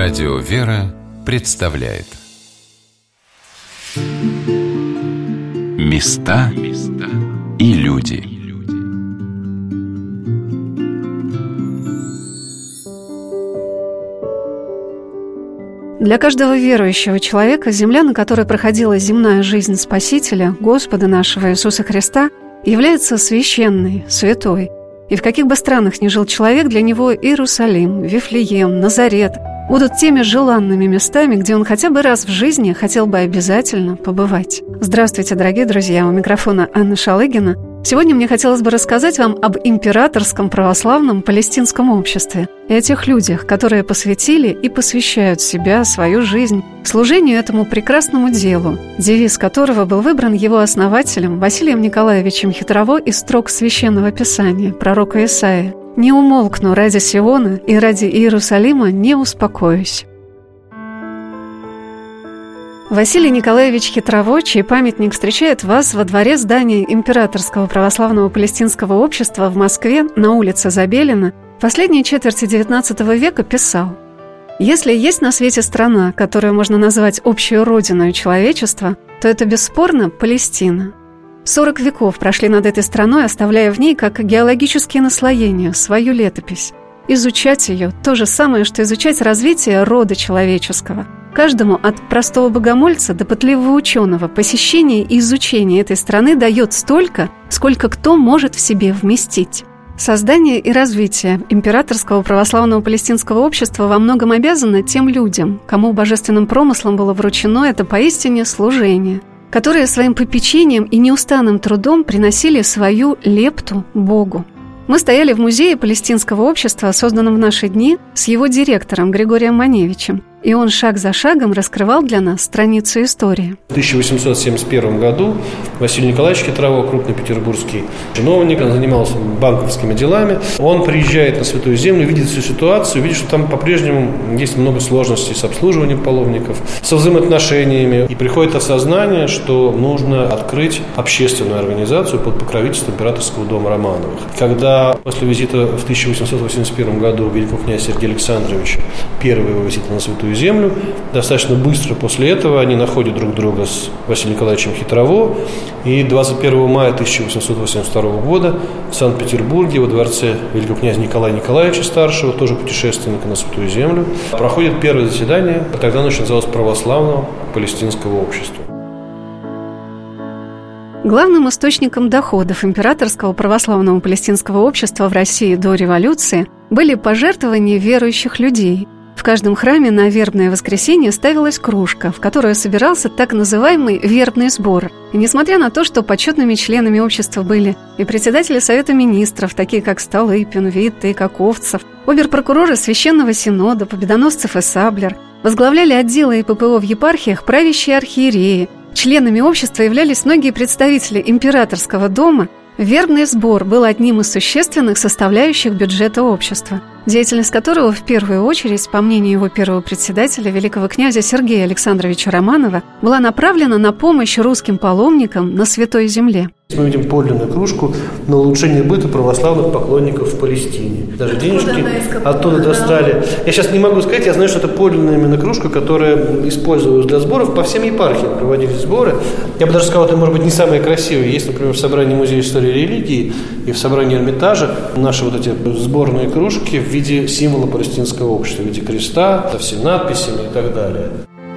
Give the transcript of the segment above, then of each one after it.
Радио «Вера» представляет Места и люди. Для каждого верующего человека земля, на которой проходила земная жизнь Спасителя, Господа нашего Иисуса Христа, является священной, святой. И в каких бы странах ни жил человек, для него Иерусалим, Вифлеем, Назарет будут теми желанными местами, где он хотя бы раз в жизни хотел бы обязательно побывать. Здравствуйте, дорогие друзья! У микрофона Анна Шалыгина. Сегодня мне хотелось бы рассказать вам об императорском православном палестинском обществе и о тех людях, которые посвятили и посвящают себя, свою жизнь, служению этому прекрасному делу, девиз которого был выбран его основателем Василием Николаевичем Хитрово из строк Священного Писания, пророка Исаии: «Не умолкну ради Сиона и ради Иерусалима не успокоюсь». Василий Николаевич Хитрово, чей памятник встречает вас во дворе здания Императорского православного палестинского общества в Москве на улице Забелина, в последней четверти XIX века писал: «Если есть на свете страна, которую можно назвать общей родиной человечества, то это бесспорно Палестина. 40 веков прошли над этой страной, оставляя в ней, как геологические наслоения, свою летопись. Изучать ее – то же самое, что изучать развитие рода человеческого. Каждому, от простого богомольца до пытливого ученого, посещение и изучение этой страны дает столько, сколько кто может в себе вместить». Создание и развитие Императорского православного палестинского общества во многом обязано тем людям, кому божественным промыслом было вручено это поистине служение, которые своим попечением и неустанным трудом приносили свою лепту Богу. Мы стояли в музее палестинского общества, созданном в наши дни, с его директором Григорием Маневичем, и он шаг за шагом раскрывал для нас страницу истории. В 1871 году Василий Николаевич Хитрово, крупный петербургский чиновник, он занимался банковскими делами. Он приезжает на Святую Землю, видит всю ситуацию, видит, что там по-прежнему есть много сложностей с обслуживанием паломников, со взаимоотношениями. И приходит осознание, что нужно открыть общественную организацию под покровительством Императорского дома Романовых. Когда после визита в 1881 году великого князя Сергея Александровича, первого его визита на Святую Землю, достаточно быстро после этого они находят друг друга с Василием Николаевичем Хитрово, и 21 мая 1882 года в Санкт-Петербурге во дворце великого князя Николая Николаевича Старшего, тоже путешественника на Святую Землю, проходит первое заседание, тогда оно еще называлось Православного палестинского общества. Главным источником доходов Императорского православного палестинского общества в России до революции были пожертвования верующих людей. В каждом храме на вербное воскресенье ставилась кружка, в которую собирался так называемый вербный сбор. И несмотря на то, что почетными членами общества были и председатели Совета министров, такие как Столыпин, Витте и Каковцев, обер-прокуроры Священного Синода, Победоносцев и Саблер, возглавляли отделы и ППО в епархиях правящие архиереи, членами общества являлись многие представители императорского дома, вербный сбор был одним из существенных составляющих бюджета общества, деятельность которого в первую очередь, по мнению его первого председателя, великого князя Сергея Александровича Романова, была направлена на помощь русским паломникам на Святой Земле. Мы видим подлинную кружку на улучшение быта православных поклонников в Палестине. Даже денежки оттуда достали. Я сейчас не могу сказать, я знаю, что это подлинная именно кружка, которая использовалась для сборов. По всем епархиям проводились сборы. Я бы даже сказал, это может быть не самые красивые. Есть, например, в собрании Музея истории и религии и в собрании Эрмитажа наши вот эти сборные кружки в виде символа палестинского общества, в виде креста, со всеми надписями и так далее.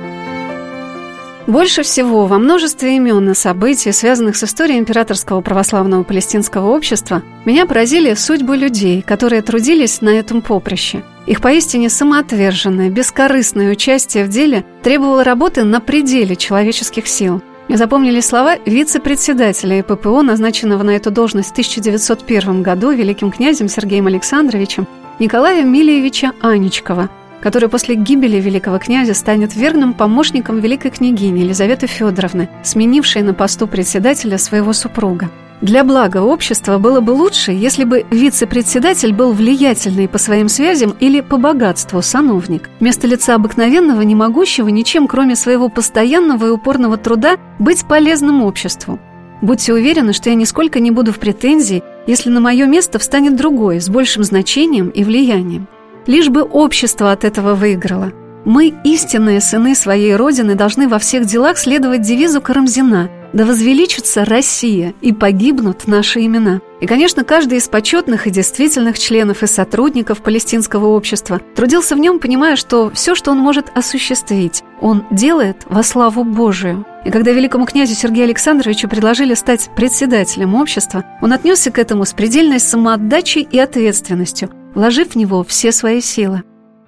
Больше всего во множестве имен и событий, связанных с историей Императорского православного палестинского общества, меня поразили судьбы людей, которые трудились на этом поприще. Их поистине самоотверженное, бескорыстное участие в деле требовало работы на пределе человеческих сил. Мне запомнились слова вице-председателя ИППО, назначенного на эту должность в 1901 году великим князем Сергеем Александровичем Николая Милиевича Аничкова, который после гибели великого князя станет верным помощником великой княгини Елизаветы Федоровны, сменившей на посту председателя своего супруга. Для блага общества было бы лучше, если бы вице-председатель был влиятельный по своим связям или по богатству сановник, вместо лица обыкновенного, не могущего ничем, кроме своего постоянного и упорного труда, быть полезным обществу. Будьте уверены, что я нисколько не буду в претензии, если на мое место встанет другой, с большим значением и влиянием. Лишь бы общество от этого выиграло. Мы, истинные сыны своей Родины, должны во всех делах следовать девизу Карамзина: «Да возвеличится Россия, и погибнут наши имена». И, конечно, каждый из почетных и действительных членов и сотрудников палестинского общества трудился в нем, понимая, что все, что он может осуществить, он делает во славу Божию. И когда великому князю Сергею Александровичу предложили стать председателем общества, он отнесся к этому с предельной самоотдачей и ответственностью, вложив в него все свои силы.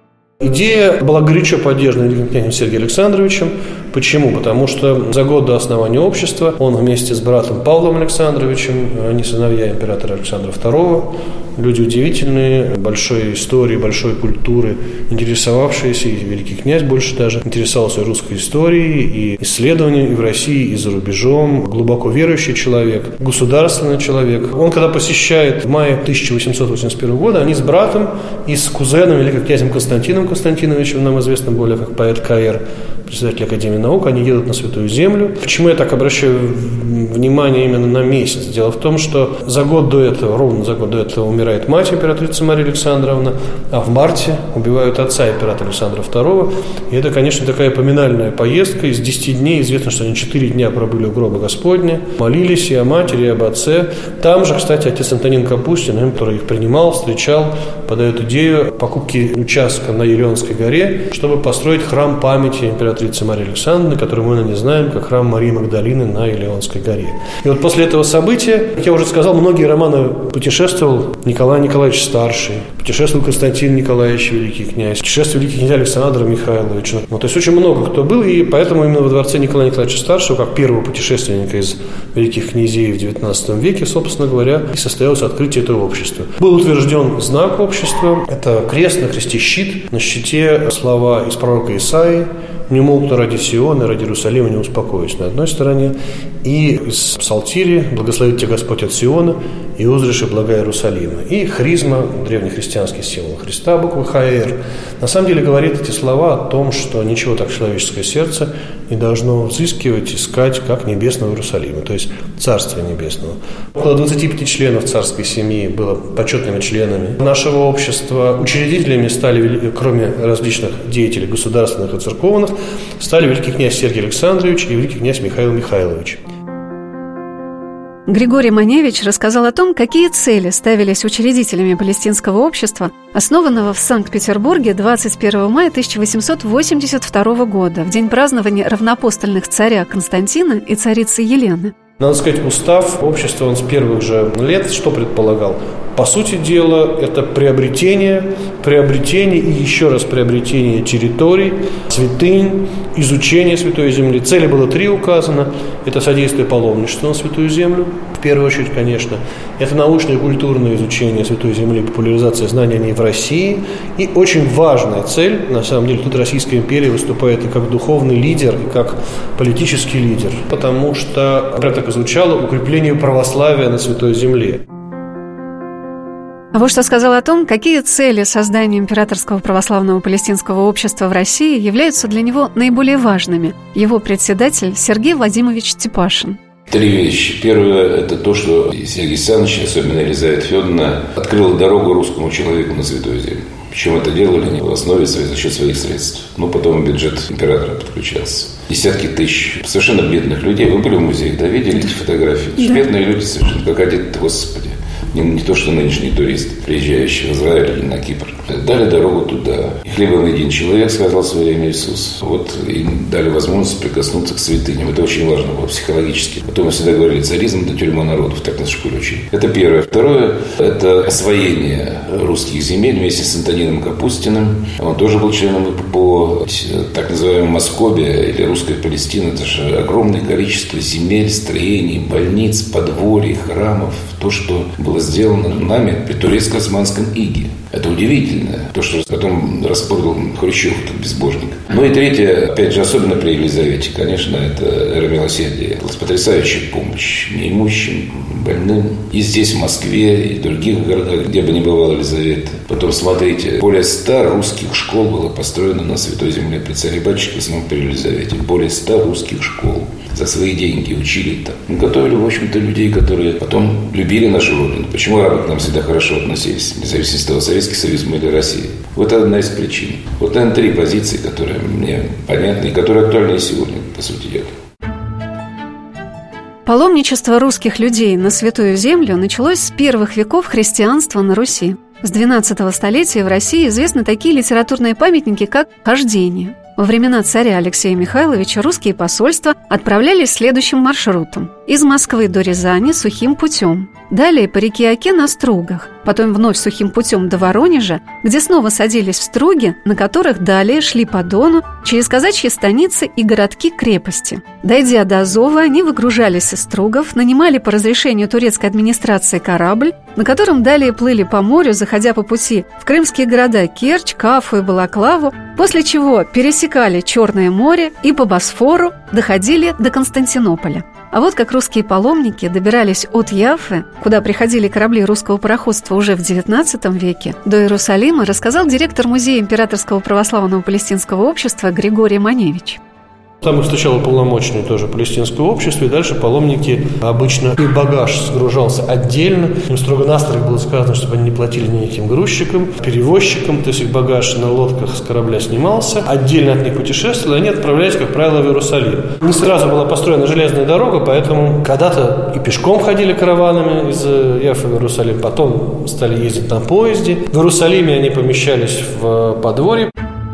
Идея была горячо поддержана великим князем Сергеем Александровичем. Почему? Потому что за год до основания общества он вместе с братом Павлом Александровичем, они сыновья императора Александра II, люди удивительные, большой истории, большой культуры, интересовавшиеся, и великий князь больше даже интересовался русской историей и исследованием и в России, и за рубежом, глубоко верующий человек, государственный человек. Он, когда посещает в мае 1881 года, они с братом и с кузеном, великим князем Константином Константиновичем, нам известным более как поэт К.Р., председатель Академии наук, они едут на Святую Землю. Почему я так обращаю внимание именно на месяц? Дело в том, что за год до этого, ровно за год до этого умирает мать императрица Мария Александровна, а в марте убивают отца императора Александра II. И это, конечно, такая поминальная поездка. Из 10 дней известно, что они 4 дня пробыли у гроба Господня, молились и о матери, и об отце. Там же, кстати, отец Антонин Капустин, который их принимал, встречал, подает идею покупки участка на Елеонской горе, чтобы построить храм памяти императрицы Марии Александровны, который мы ныне знаем как храм Марии Магдалины на Елеонской горе. И вот после этого события, как я уже сказал, многие романы путешествовал Николай Николаевич Старший, путешествовал Константин Николаевич, великий князь, путешествовал великий князь Александр Михайлович. Ну, то есть очень много кто был, и поэтому именно во дворце Николая Николаевича Старшего, как первого путешественника из великих князей в XIX веке, собственно говоря, и состоялось открытие этого общества. Был утвержден знак общества, это крест, на кресте щит, на щите слова из пророка Исаии: «Не умолкну ради Сиона, ради Иерусалима не успокоюсь», на одной стороне, и из псалтири: «Благословит тебя Господь от Сиона, и узришь блага Иерусалима». И хризма, древнехристианский символ Христа, буква ХР, на самом деле говорит эти слова о том, что ничего так человеческое сердце не должно взыскивать, искать, как небесного Иерусалима, то есть Царства Небесного. Около 25 членов царской семьи было почетными членами нашего общества. Учредителями стали, кроме различных деятелей государственных и церковных, стали великий князь Сергий Александрович и великий князь Михаил Михайлович. Григорий Маневич рассказал о том, какие цели ставились учредителями палестинского общества, основанного в Санкт-Петербурге 21 мая 1882 года, в день празднования равноапостольных царя Константина и царицы Елены. Надо сказать, устав общества, он с первых же лет что предполагал? По сути дела, это приобретение и еще раз приобретение территорий, святынь, изучение Святой Земли. Цели было 3 указано. Это содействие паломничеству на Святую Землю, в первую очередь, конечно. Это научное и культурное изучение Святой Земли, популяризация знаний о ней в России. И очень важная цель, на самом деле, тут Российская империя выступает и как духовный лидер, и как политический лидер, потому что, прям так и звучало, укрепление православия на Святой Земле. А вот что сказал о том, какие цели создания Императорского православного палестинского общества в России являются для него наиболее важными его председатель Сергей Владимирович Степашин. 3 вещи. Первое – это то, что Сергей Александрович, особенно Елизавета Федоровна, открыла дорогу русскому человеку на Святую Землю. Причем это делали они в основе своей за счет своих средств. Но потом бюджет императора подключался. Десятки тысяч совершенно бедных людей. Вы были в музее, да, видели эти фотографии? Да. Бедные люди совершенно, как одеты, Господи. Не то, что нынешний турист, приезжающий в Израиль или на Кипр. Дали дорогу туда. И хлебом един человек, сказал в свое время Иисус. Вот им дали возможность прикоснуться к святыням. Это очень важно было психологически. Потом мы всегда говорили: царизм – это тюрьма народов. Так нас в школе учили. Это первое. Второе – это освоение русских земель вместе с Антонином Капустиным. Он тоже был членом ИППО. Так называемая Московия или русская Палестина – это же огромное количество земель, строений, больниц, подворий, храмов. То, что было сделано нами при турецко-османском иге. Это удивительно. То, что потом распродал Хрущев, этот безбожник. Ну и третье, опять же, особенно при Елизавете, конечно, это эра милосердия. Потрясающая помощь неимущим, больным. И здесь, в Москве, и в других городах, где бы ни бывала Елизавета. Потом, смотрите, более 100 русских школ было построено на Святой Земле при царе-батюшке, в основном при Елизавете. Более 100 русских школ. за свои деньги учили там. Мы готовили, в общем-то, людей, которые потом любили нашу родину. Почему арабы к нам всегда хорошо относились, независимо от того, Советский Союз мы или Россия. Вот это одна из причин. Вот, наверное, 3 позиции, которые мне понятны и которые актуальны и сегодня, по сути дела. Паломничество русских людей на Святую Землю началось с первых веков христианства на Руси. С XII столетия в России известны такие литературные памятники, как «Хождение». Во времена царя Алексея Михайловича русские посольства отправлялись следующим маршрутом: из Москвы до Рязани сухим путем, далее по реке Оке на стругах, потом вновь сухим путем до Воронежа, где снова садились в струги, на которых далее шли по Дону через казачьи станицы и городки-крепости. Дойдя до Азова, они выгружались из стругов, нанимали по разрешению турецкой администрации корабль, на котором далее плыли по морю, заходя по пути в крымские города Керчь, Кафу и Балаклаву, после чего пересекали Черное море и по Босфору доходили до Константинополя. А вот как русские паломники добирались от Яффы, куда приходили корабли русского пароходства уже в XIX веке, до Иерусалима, рассказал директор Музея Императорского православного палестинского общества Григорий Маневич. Там их встречало полномочное тоже палестинское общество, и дальше паломники обычно и багаж сгружался отдельно. Им строго-настрого было сказано, чтобы они не платили никаким грузчикам, перевозчикам, то есть их багаж на лодках с корабля снимался, отдельно от них путешествовали, они отправлялись, как правило, в Иерусалим. Не сразу была построена железная дорога, поэтому когда-то и пешком ходили караванами из Яффы в Иерусалим, потом стали ездить на поезде. В Иерусалиме они помещались в подворье.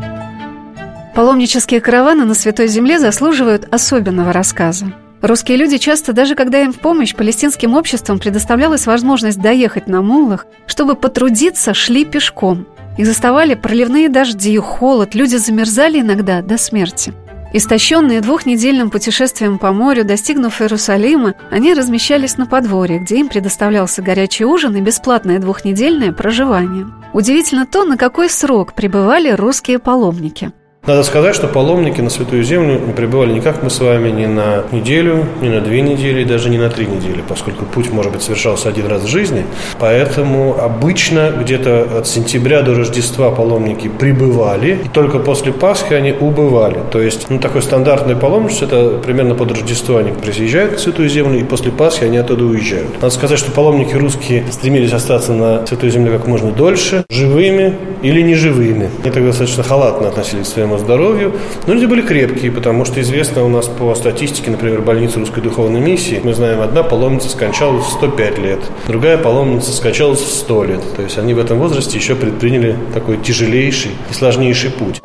Паломнические караваны на Святой Земле заслуживают особенного рассказа. Русские люди часто, даже когда им в помощь палестинским обществам предоставлялась возможность доехать на мулах, чтобы потрудиться, шли пешком. Их заставали проливные дожди, холод, люди замерзали иногда до смерти. Истощенные 2-недельным путешествием по морю, достигнув Иерусалима, они размещались на подворье, где им предоставлялся горячий ужин и бесплатное 2-недельное проживание. Удивительно то, на какой срок пребывали русские паломники. Надо сказать, что паломники на Святую Землю не пребывали ни как мы с вами ни на неделю, ни на 2 недели, даже не на 3 недели, поскольку путь, может быть, совершался один раз в жизни. Поэтому обычно где-то от сентября до Рождества паломники прибывали, и только после Пасхи они убывали. То есть, такое стандартное паломничество, это примерно под Рождество они приезжают на Святую Землю, и после Пасхи они оттуда уезжают. Надо сказать, что паломники русские стремились остаться на Святой Земле как можно дольше, живыми или неживыми. Они тогда достаточно халатно относились к своему здоровью, но люди были крепкие, потому что известно у нас по статистике, например, больницы Русской Духовной Миссии, мы знаем, одна паломница скончалась в 105 лет, другая паломница скончалась в 100 лет. То есть они в этом возрасте еще предприняли такой тяжелейший и сложнейший путь.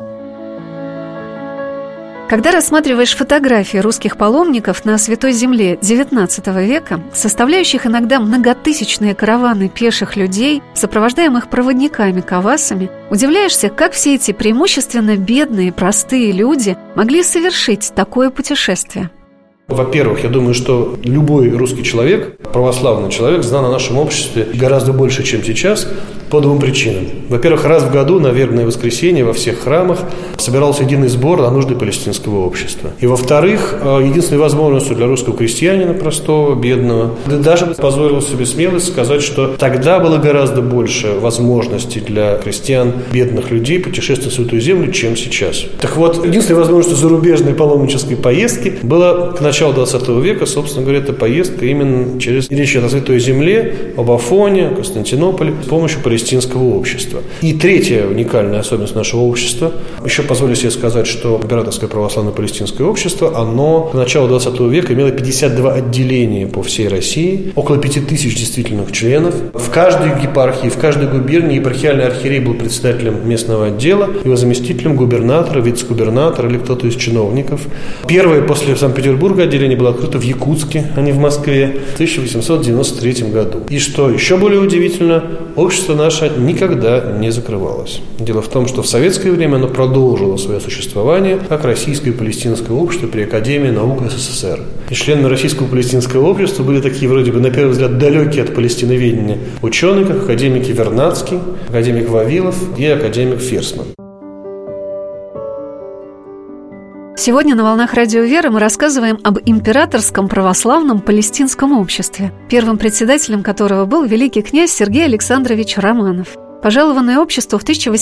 Когда рассматриваешь фотографии русских паломников на Святой Земле XIX века, составляющих иногда многотысячные караваны пеших людей, сопровождаемых проводниками-кавасами, удивляешься, как все эти преимущественно бедные, простые люди могли совершить такое путешествие. Во-первых, я думаю, что любой русский человек, православный человек, знал о нашем обществе гораздо больше, чем сейчас, по 2 причинам. Во-первых, раз в году на вербное воскресенье во всех храмах собирался единый сбор на нужды палестинского общества. И во-вторых, единственной возможностью для русского крестьянина, простого, бедного, даже позволил себе смелость сказать, что тогда было гораздо больше возможностей для крестьян, бедных людей путешествовать в Святую Землю, чем сейчас. Так вот, единственной возможностью зарубежной паломнической поездки было к началу 20 века, собственно говоря, это поездка именно через речь о Святой Земле, об Афоне, Константинополе с помощью палестинского общества. И третья уникальная особенность нашего общества, еще позволю себе сказать, что Императорское православное палестинское общество, оно к началу 20 века имело 52 отделения по всей России, около 5000 действительных членов. В каждой епархии, в каждой губернии епархиальный архиерей был председателем местного отдела, его заместителем губернатора, вице-губернатора или кто-то из чиновников. Первое после Санкт-Петербурга отделение было открыто в Якутске, а не в Москве, в 1893 году. И что еще более удивительно, общество наше никогда не закрывалось. Дело в том, что в советское время оно продолжило свое существование как Российское палестинское общество при Академии наук СССР. И членами Российского палестинского общества были такие, вроде бы, на первый взгляд, далекие от палестиноведения ученые, как академики Вернадский, академик Вавилов и академик Ферсман. Сегодня на «Волнах Радио Веры» мы рассказываем об Императорском православном палестинском обществе, первым председателем которого был великий князь Сергей Александрович Романов. пожалованное обществу в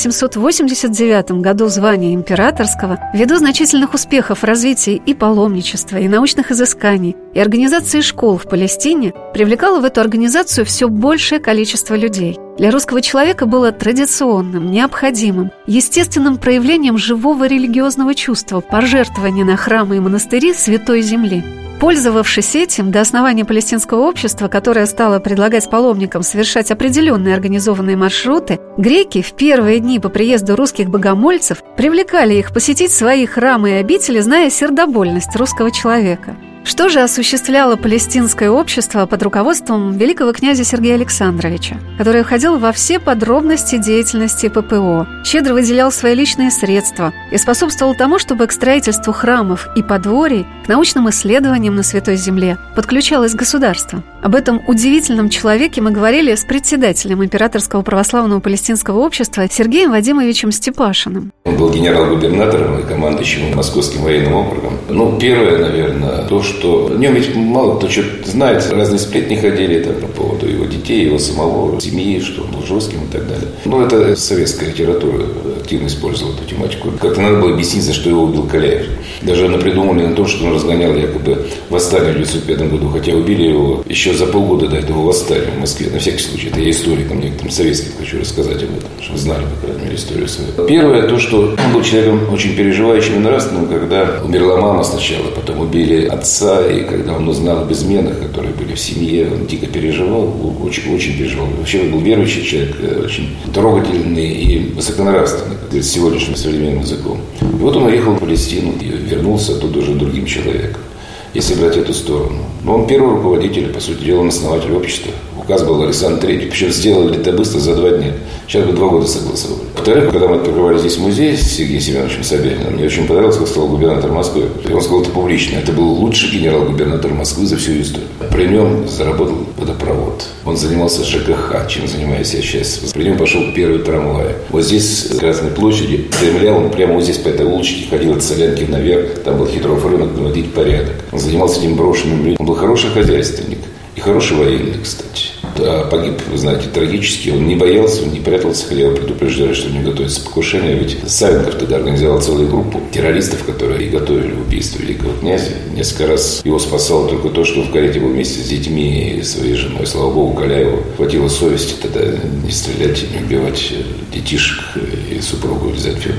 1889 году звание императорского, ввиду значительных успехов в развитии и паломничества, и научных изысканий, и организации школ в Палестине, привлекало в эту организацию все большее количество людей. Для русского человека было традиционным, необходимым, естественным проявлением живого религиозного чувства пожертвования на храмы и монастыри Святой Земли. Пользовавшись этим, до основания палестинского общества, которое стало предлагать паломникам совершать определенные организованные маршруты, греки в первые дни по приезду русских богомольцев привлекали их посетить свои храмы и обители, зная сердобольность русского человека. Что же осуществляло палестинское общество под руководством великого князя Сергея Александровича, который входил во все подробности деятельности ППО, щедро выделял свои личные средства и способствовал тому, чтобы к строительству храмов и подворий, к научным исследованиям на Святой Земле подключалось государство? Об этом удивительном человеке мы говорили с председателем Императорского православного палестинского общества Сергеем Вадимовичем Степашиным. Он был генерал-губернатором и командующим Московским военным округом. Первое, наверное, то, что о нем ведь мало кто что-то знает. Разные сплетни ходили там по поводу его детей, его самого, семьи, что он был жестким и так далее. Это советская литература активно использовала эту тематику. Как-то надо было объяснить, за что его убил Каляев. Даже напридумали на том, что он разгонял якобы восстание в 1905 году, хотя убили его еще за полгода до этого восстания в Москве. На всякий случай, это я историкам некоторым советским хочу рассказать об этом, чтобы вы знали, по крайней мере, историю свою. Первое, то, что он был человеком очень переживающим и нравственным, когда умерла мама сначала, потом убили отца, и когда он узнал об изменах, которые были в семье, он дико переживал, очень переживал. Вообще он был верующий человек, очень трогательный и высоконравственный, с сегодняшним современным языком. И вот он уехал в Палестину и вернулся оттуда уже другим человеком, если брать эту сторону. Но он первый руководитель, по сути дела, он основатель общества. Указ был Александр III. Причем сделали это быстро, за 2 дня. Сейчас бы 2 года согласовали. Во-вторых, когда мы открывали здесь музей с Сергеем Семеновичем Собяниным, мне очень понравилось, как сказал губернатор Москвы. И он сказал это публично. Это был лучший генерал-губернатор Москвы за всю историю. При нем заработал водопровод. Он занимался ЖКХ, чем занимаюсь я сейчас. При нем пошел первый трамвай. Вот здесь, с Красной площади, Кремля, он прямо вот здесь по этой улочке ходил от Солянки наверх. Там был Хитров рынок, наводить порядок. Он занимался этим брошенным людям. Он был хороший хозяйственник. И хороший военный, кстати. Да, погиб, вы знаете, трагически. Он не боялся, он не прятался, хотя его предупреждали, что не готовится покушение. Ведь Савенков тогда организовал целую группу террористов, которые и готовили убийство великого князя. Несколько раз его спасало только то, что он в карете был вместе с детьми и своей женой. Слава богу, Каляеву хватило совести тогда не стрелять и не убивать детишек и супругу Елизавету.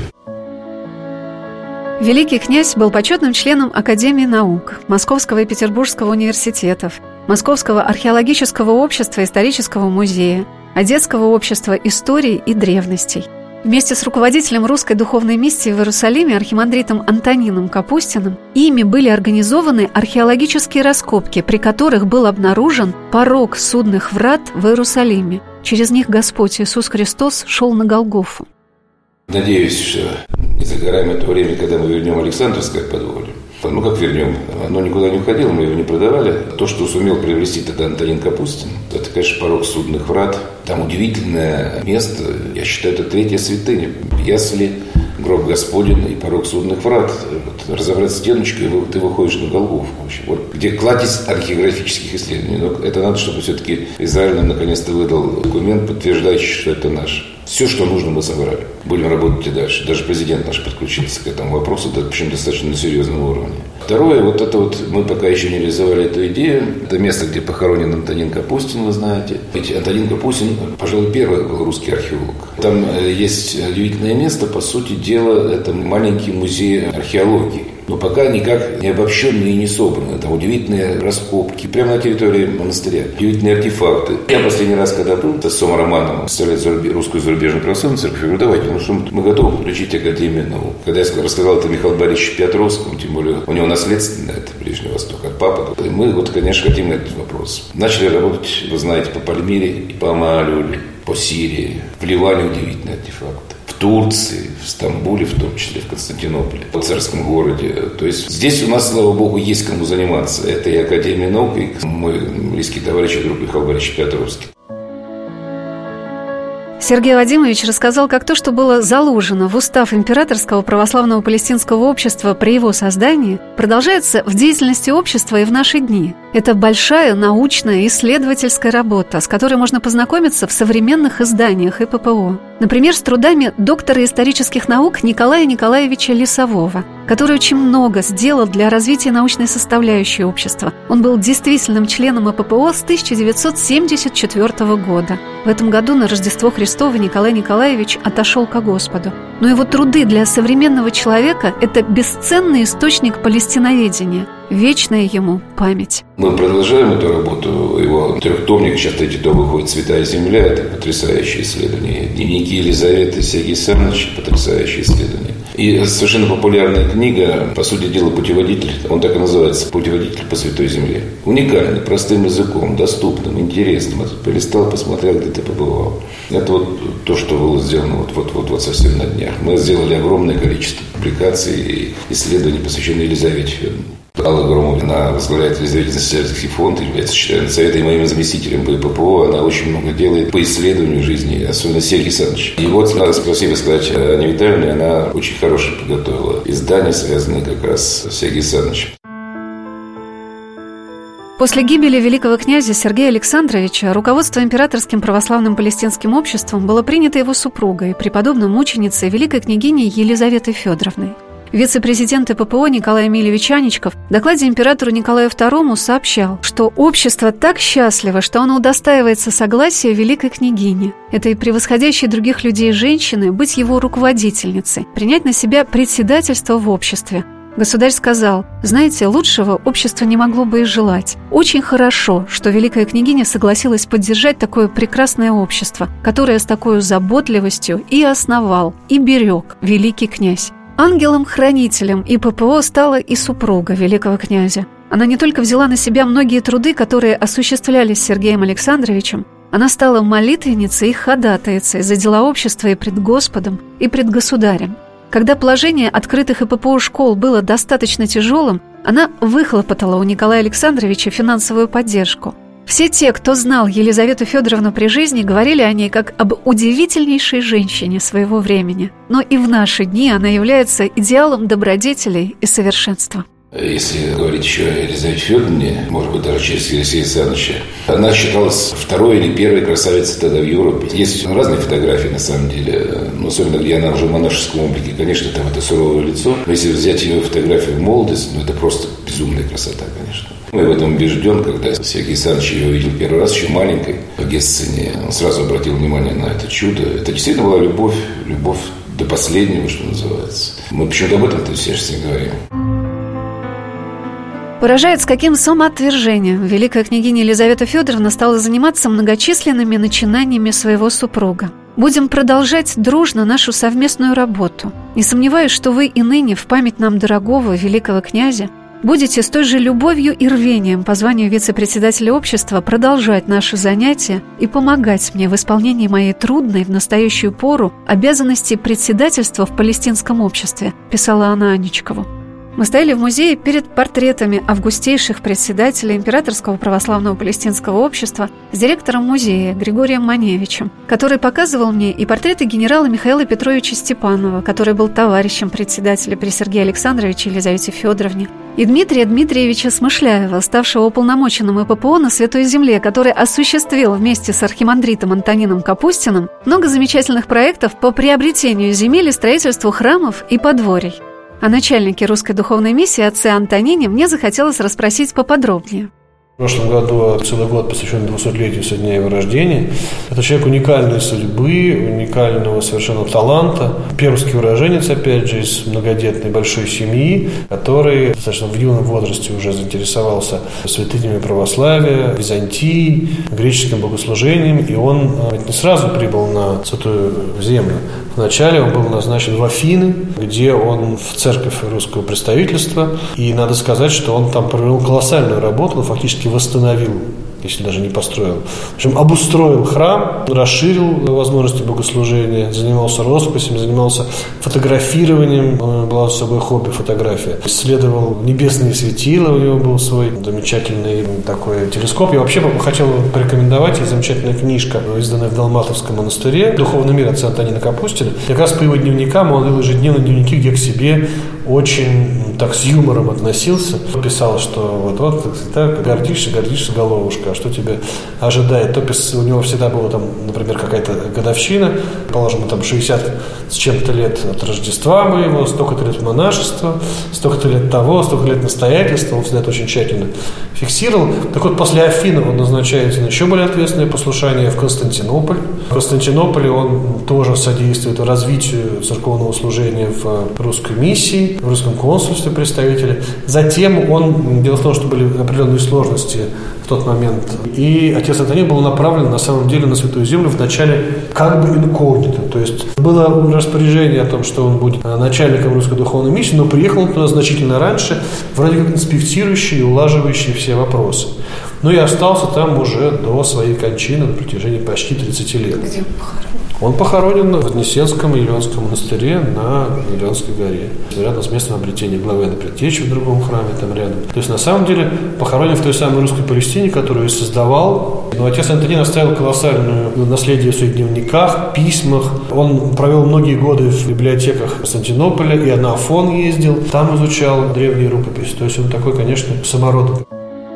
Великий князь был почетным членом Академии наук, Московского и Петербургского университетов, Московского археологического общества исторического музея, Одесского общества истории и древностей. Вместе с руководителем русской духовной миссии в Иерусалиме архимандритом Антонином Капустиным ими были организованы археологические раскопки, при которых был обнаружен порог судных врат в Иерусалиме. Через них Господь Иисус Христос шел на Голгофу. Надеюсь, что не за горами то время, когда мы вернем Александровское подворье. Как вернем? Оно никуда не уходило, мы его не продавали. То, что сумел приобрести тогда Антонин Капустин, это, конечно, порог судных врат. Там удивительное место, я считаю, это 3-я святыня. Ясли, гроб Господень и порог судных врат. Разобрать стеночку, и ты выходишь на Голгофу. Где кладезь археографических исследований. Но это надо, чтобы все-таки Израиль нам наконец-то выдал документ, подтверждающий, что это наш. Все, что нужно, мы собрали. Будем работать и дальше. Даже президент наш подключился к этому вопросу, причем достаточно на серьезном уровне. Второе, мы пока еще не реализовали эту идею. Это место, где похоронен Антонин Капустин, вы знаете. Ведь Антонин Капустин, пожалуй, первый был русский археолог. Там есть удивительное место, по сути дела, это маленький музей археологии. Но пока никак не обобщенные и не собраны. Там удивительные раскопки прямо на территории монастыря. Удивительные артефакты. Я последний раз, когда был с отцом Романом представлять русскую зарубежную православную церковь, я говорю, давайте, что мы готовы подключить Академию наук. Когда я рассказал это Михаилу Борисовичу Петровскому, тем более у него наследственно это Ближний Восток от папы, мы конечно, хотим этот вопрос. Начали работать, вы знаете, по Пальмире и по Маалюле, по Сирии. В Ливане удивительные артефакты. В Турции, в Стамбуле, в том числе, в Константинополе, в царском городе. То есть здесь у нас, слава богу, есть кому заниматься. Это и Академия наук, и мой близкий товарищ и друг Михаил Борисович Петровский. Сергей Вадимович рассказал, как то, что было заложено в устав Императорского православного палестинского общества при его создании, продолжается в деятельности общества и в наши дни. Это большая научная исследовательская работа, с которой можно познакомиться в современных изданиях ИППО. Например, с трудами доктора исторических наук Николая Николаевича Лесового, который очень много сделал для развития научной составляющей общества. Он был действительным членом ИППО с 1974 года. В этом году на Рождество Христово Николай Николаевич отошел ко Господу. Но его труды для современного человека – это бесценный источник палестиноведения. Вечная ему память. Мы продолжаем эту работу. Его трехтомник, сейчас третий том выходит «Святая земля». Это потрясающее исследование. Дневники Елизаветы Сергиевич, потрясающее исследование. И совершенно популярная книга, по сути дела, путеводитель. Он так и называется «Путеводитель по Святой земле». Уникальный, простым языком, доступным, интересным. Полистал, посмотрел, где ты побывал. Это вот то, что было сделано вот совсем на днях. Мы сделали огромное количество публикаций и исследований, посвященных Елизавете Федоровне. Алла Громова, она возглавляет Елизаветинский фонд, является членом совета и моим заместителем по ИППО. Она очень много делает по исследованию жизни, особенно Сергия Александровича. И вот надо спасибо сказать Анне Витальевне, она очень хорошее подготовила издание, связанное как раз с Сергием Александровичем. После гибели великого князя Сергея Александровича руководство Императорским православным палестинским обществом было принято его супругой, преподобной мученицей, великой княгиней Елизаветой Федоровной. Вице-президент ИППО Николай Эмильевич Аничков в докладе императору Николаю II сообщал, что общество так счастливо, что оно удостаивается согласия великой княгини, этой превосходящей других людей женщины, быть его руководительницей, принять на себя председательство в обществе. Государь сказал: знаете, лучшего общества не могло бы и желать. Очень хорошо, что великая княгиня согласилась поддержать такое прекрасное общество, которое с такой заботливостью и основал, и берег великий князь. Ангелом-хранителем ИППО стала и супруга великого князя. Она не только взяла на себя многие труды, которые осуществлялись Сергеем Александровичем, она стала молитвенницей и ходатайцей за дела общества и пред Господом, и пред Государем. Когда положение открытых ИППО школ было достаточно тяжелым, она выхлопотала у Николая Александровича финансовую поддержку. Все те, кто знал Елизавету Федоровну при жизни, говорили о ней как об удивительнейшей женщине своего времени. Но и в наши дни она является идеалом добродетелей и совершенства. Если говорить еще о Елизавете Федоровне, может быть, даже через Алексея Александровича, она считалась второй или первой красавицей тогда в Европе. Есть разные фотографии, на самом деле, но особенно где она уже в монашеском облике. Конечно, там это суровое лицо. Но если взять ее фотографию в молодость, это просто безумная красота, конечно. Я в этом убежден, когда Сергей Александрович ее увидел первый раз, еще маленькой, по Гессене, он сразу обратил внимание на это чудо. Это действительно была любовь до последнего, что называется. Мы почему-то об этом-то сейчас не говорим. Поражает, с каким самоотвержением великая княгиня Елизавета Федоровна стала заниматься многочисленными начинаниями своего супруга. Будем продолжать дружно нашу совместную работу. Не сомневаюсь, что вы и ныне в память нам дорогого великого князя будете с той же любовью и рвением по званию вице-председателя общества продолжать наши занятия и помогать мне в исполнении моей трудной в настоящую пору обязанности председательства в палестинском обществе, писала она Аничкову. Мы стояли в музее перед портретами августейших председателей Императорского православного палестинского общества с директором музея Григорием Маневичем, который показывал мне и портреты генерала Михаила Петровича Степанова, который был товарищем председателя при Сергее Александровиче и Елизавете Федоровне, и Дмитрия Дмитриевича Смышляева, ставшего уполномоченным ИППО на Святой Земле, который осуществил вместе с архимандритом Антонином Капустиным много замечательных проектов по приобретению земель и строительству храмов и подворий. О начальнике русской духовной миссии отце Антонине мне захотелось расспросить поподробнее. В прошлом году целый год посвящен 200-летию со дня его рождения. Это человек уникальной судьбы, уникального совершенно таланта. Пермский уроженец, опять же, из многодетной большой семьи, который достаточно в юном возрасте уже заинтересовался святынями православия, Византии, греческим богослужением. И он не сразу прибыл на Святую Землю. Вначале он был назначен в Афины, где он в церковь русского представительства. И надо сказать, что он там провел колоссальную работу, фактически восстановил, если даже не построил. В общем, обустроил храм, расширил возможности богослужения, занимался росписями, занимался фотографированием. У него была с собой хобби фотография. Исследовал небесные светила, у него был свой замечательный такой телескоп. Я вообще хотел порекомендовать, есть замечательная книжка, изданная в Далматовском монастыре «Духовный мир» отца Антонина Капустина. Как раз по его дневникам он вел ежедневные дневники, где к себе очень так с юмором относился. Писал, что вот так гордишься, головушка, а что тебя ожидает. То у него всегда было там, например, какая-то годовщина, положим, там 60 с чем-то лет от Рождества моего, столько-то лет монашества, столько-то лет того, столько лет настоятельства. Он всегда это очень тщательно фиксировал. Так вот, после Афин он назначается на еще более ответственное послушание в Константинополь. В Константинополе он тоже содействует развитию церковного служения в русской миссии, в русском консульстве представители. Затем дело в том, что были определенные сложности в тот момент. И отец Антонин был направлен, на самом деле, на Святую Землю вначале как бы инкогнито. То есть было распоряжение о том, что он будет начальником русской духовной миссии, но приехал он туда значительно раньше, вроде как инспектирующий и улаживающий все вопросы. Но и остался там уже до своей кончины на протяжении почти 30 лет. Где он похоронен? Он похоронен в Вознесенском Елеонском монастыре на Елеонской горе. Рядом с местом обретения главы предтечи в другом храме, там рядом. То есть, на самом деле, похоронен в той самой русской Палестине, которую создавал. Но отец Антонин оставил колоссальное наследие в своих дневниках, письмах. Он провел многие годы в библиотеках Константинополя, и на Афон ездил, там изучал древние рукописи. То есть, он такой, конечно, самородок.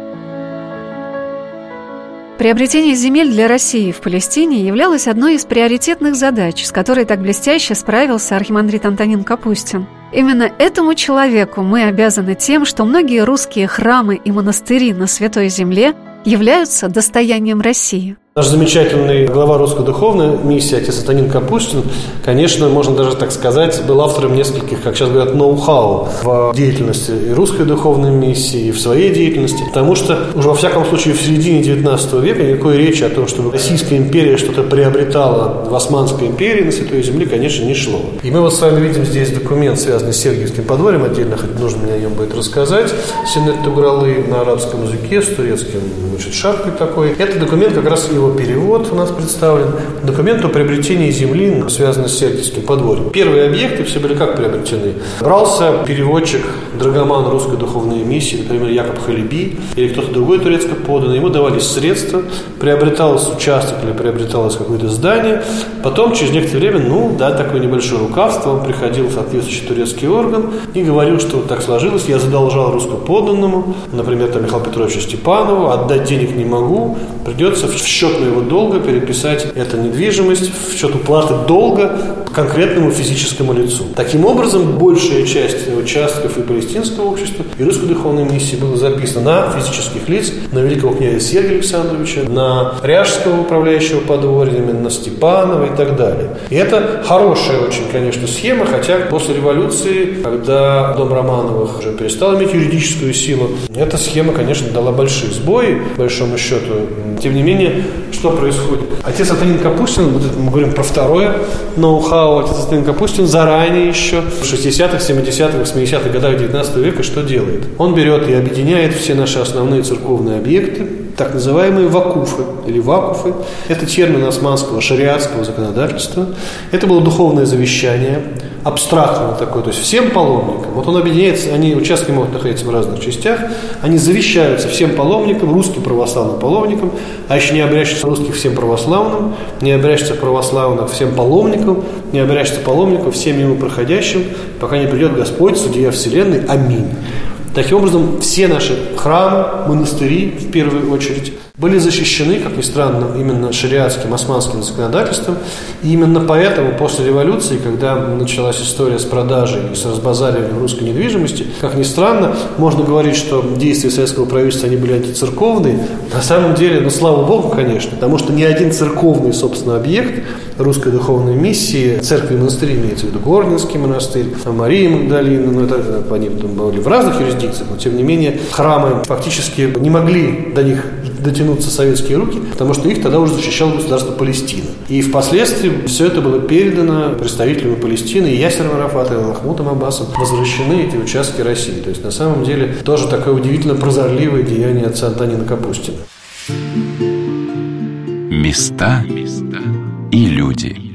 Приобретение земель для России в Палестине являлось одной из приоритетных задач, с которой так блестяще справился архимандрит Антонин Капустин. Именно этому человеку мы обязаны тем, что многие русские храмы и монастыри на Святой Земле являются достоянием России. Наш замечательный глава русской духовной миссии, отец Антонин Капустин, конечно, можно даже так сказать, был автором нескольких, как сейчас говорят, ноу-хау в деятельности и русской духовной миссии, и в своей деятельности, потому что уже во всяком случае в середине XIX века никакой речи о том, чтобы Российская империя что-то приобретала в Османской империи на Святой Земле, конечно, не шло. И мы вот с вами видим здесь документ, связанный с Сергиевским подворьем, отдельно нужно мне о нем будет рассказать, Сенет Тугралы на арабском языке, с турецким, шапкой такой. Это документ, как раз его перевод у нас представлен. Документ о приобретении земли, связанный с Сергиевским подворьем. Первые объекты все были как приобретены? Брался переводчик, драгоман русской духовной миссии, например, Якоб Халиби, или кто-то другой турецко поданный. Ему давались средства, приобреталось участок или приобреталось какое-то здание. Потом, через некоторое время, такое небольшое лукавство, он приходил в соответствующий турецкий орган и говорил, что вот так сложилось, я задолжал русскоподданному, например, Михаилу Петровичу Степанову, отдать денег не могу, придется в счет моего долга переписать эту недвижимость, в счет уплаты долга конкретному физическому лицу. Таким образом, большая часть участков и палестинского общества, и русской духовной миссии была записана на физических лиц, на великого князя Сергия Александровича, на ряжского управляющего подворьями, на Степанова и так далее. И это хорошая очень, конечно, схема, хотя после революции, когда дом Романовых уже перестал иметь юридическую силу, эта схема, конечно, дала большие сбои, по большому счету. Тем не менее, что происходит? Отец Антонин Капустин, мы говорим про второе ноу-хау, отец Антонин Капустин заранее еще в 60-х, 70-х, 80-х годах 19 века что делает? Он берет и объединяет все наши основные церковные объекты, так называемые вакуфы или вакуфы. Это термин османского шариатского законодательства. Это было духовное завещание, абстрактное такое, то есть всем паломникам. Вот он объединяется, участки могут находиться в разных частях, они завещаются всем паломникам, русским православным паломникам, а еще не обрящется русских всем православным, не обрящется православных всем паломникам, не обрящется паломников всем мимо проходящим, пока не придет Господь, Судья Вселенной. Аминь. Таким образом, все наши храмы, монастыри, в первую очередь, были защищены, как ни странно, именно шариатским, османским законодательством. И именно поэтому после революции, когда началась история с продажей и с разбазариванием русской недвижимости, как ни странно, можно говорить, что действия советского правительства, они были антицерковные. На самом деле, слава Богу, конечно, потому что ни один церковный, собственно, объект русской духовной миссии, церкви и монастыри, имеется в виду Горнинский монастырь, Мария Магдалина, они были в разных юрисдикциях, но тем не менее храмы фактически не могли до них дотянуться советские руки, потому что их тогда уже защищало государство Палестина. И впоследствии все это было передано представителям Палестины, и Ясером Арафатом, и Махмудом Аббасом возвращены эти участки России. То есть на самом деле тоже такое удивительно прозорливое деяние отца Антонина Капустина. Места и люди.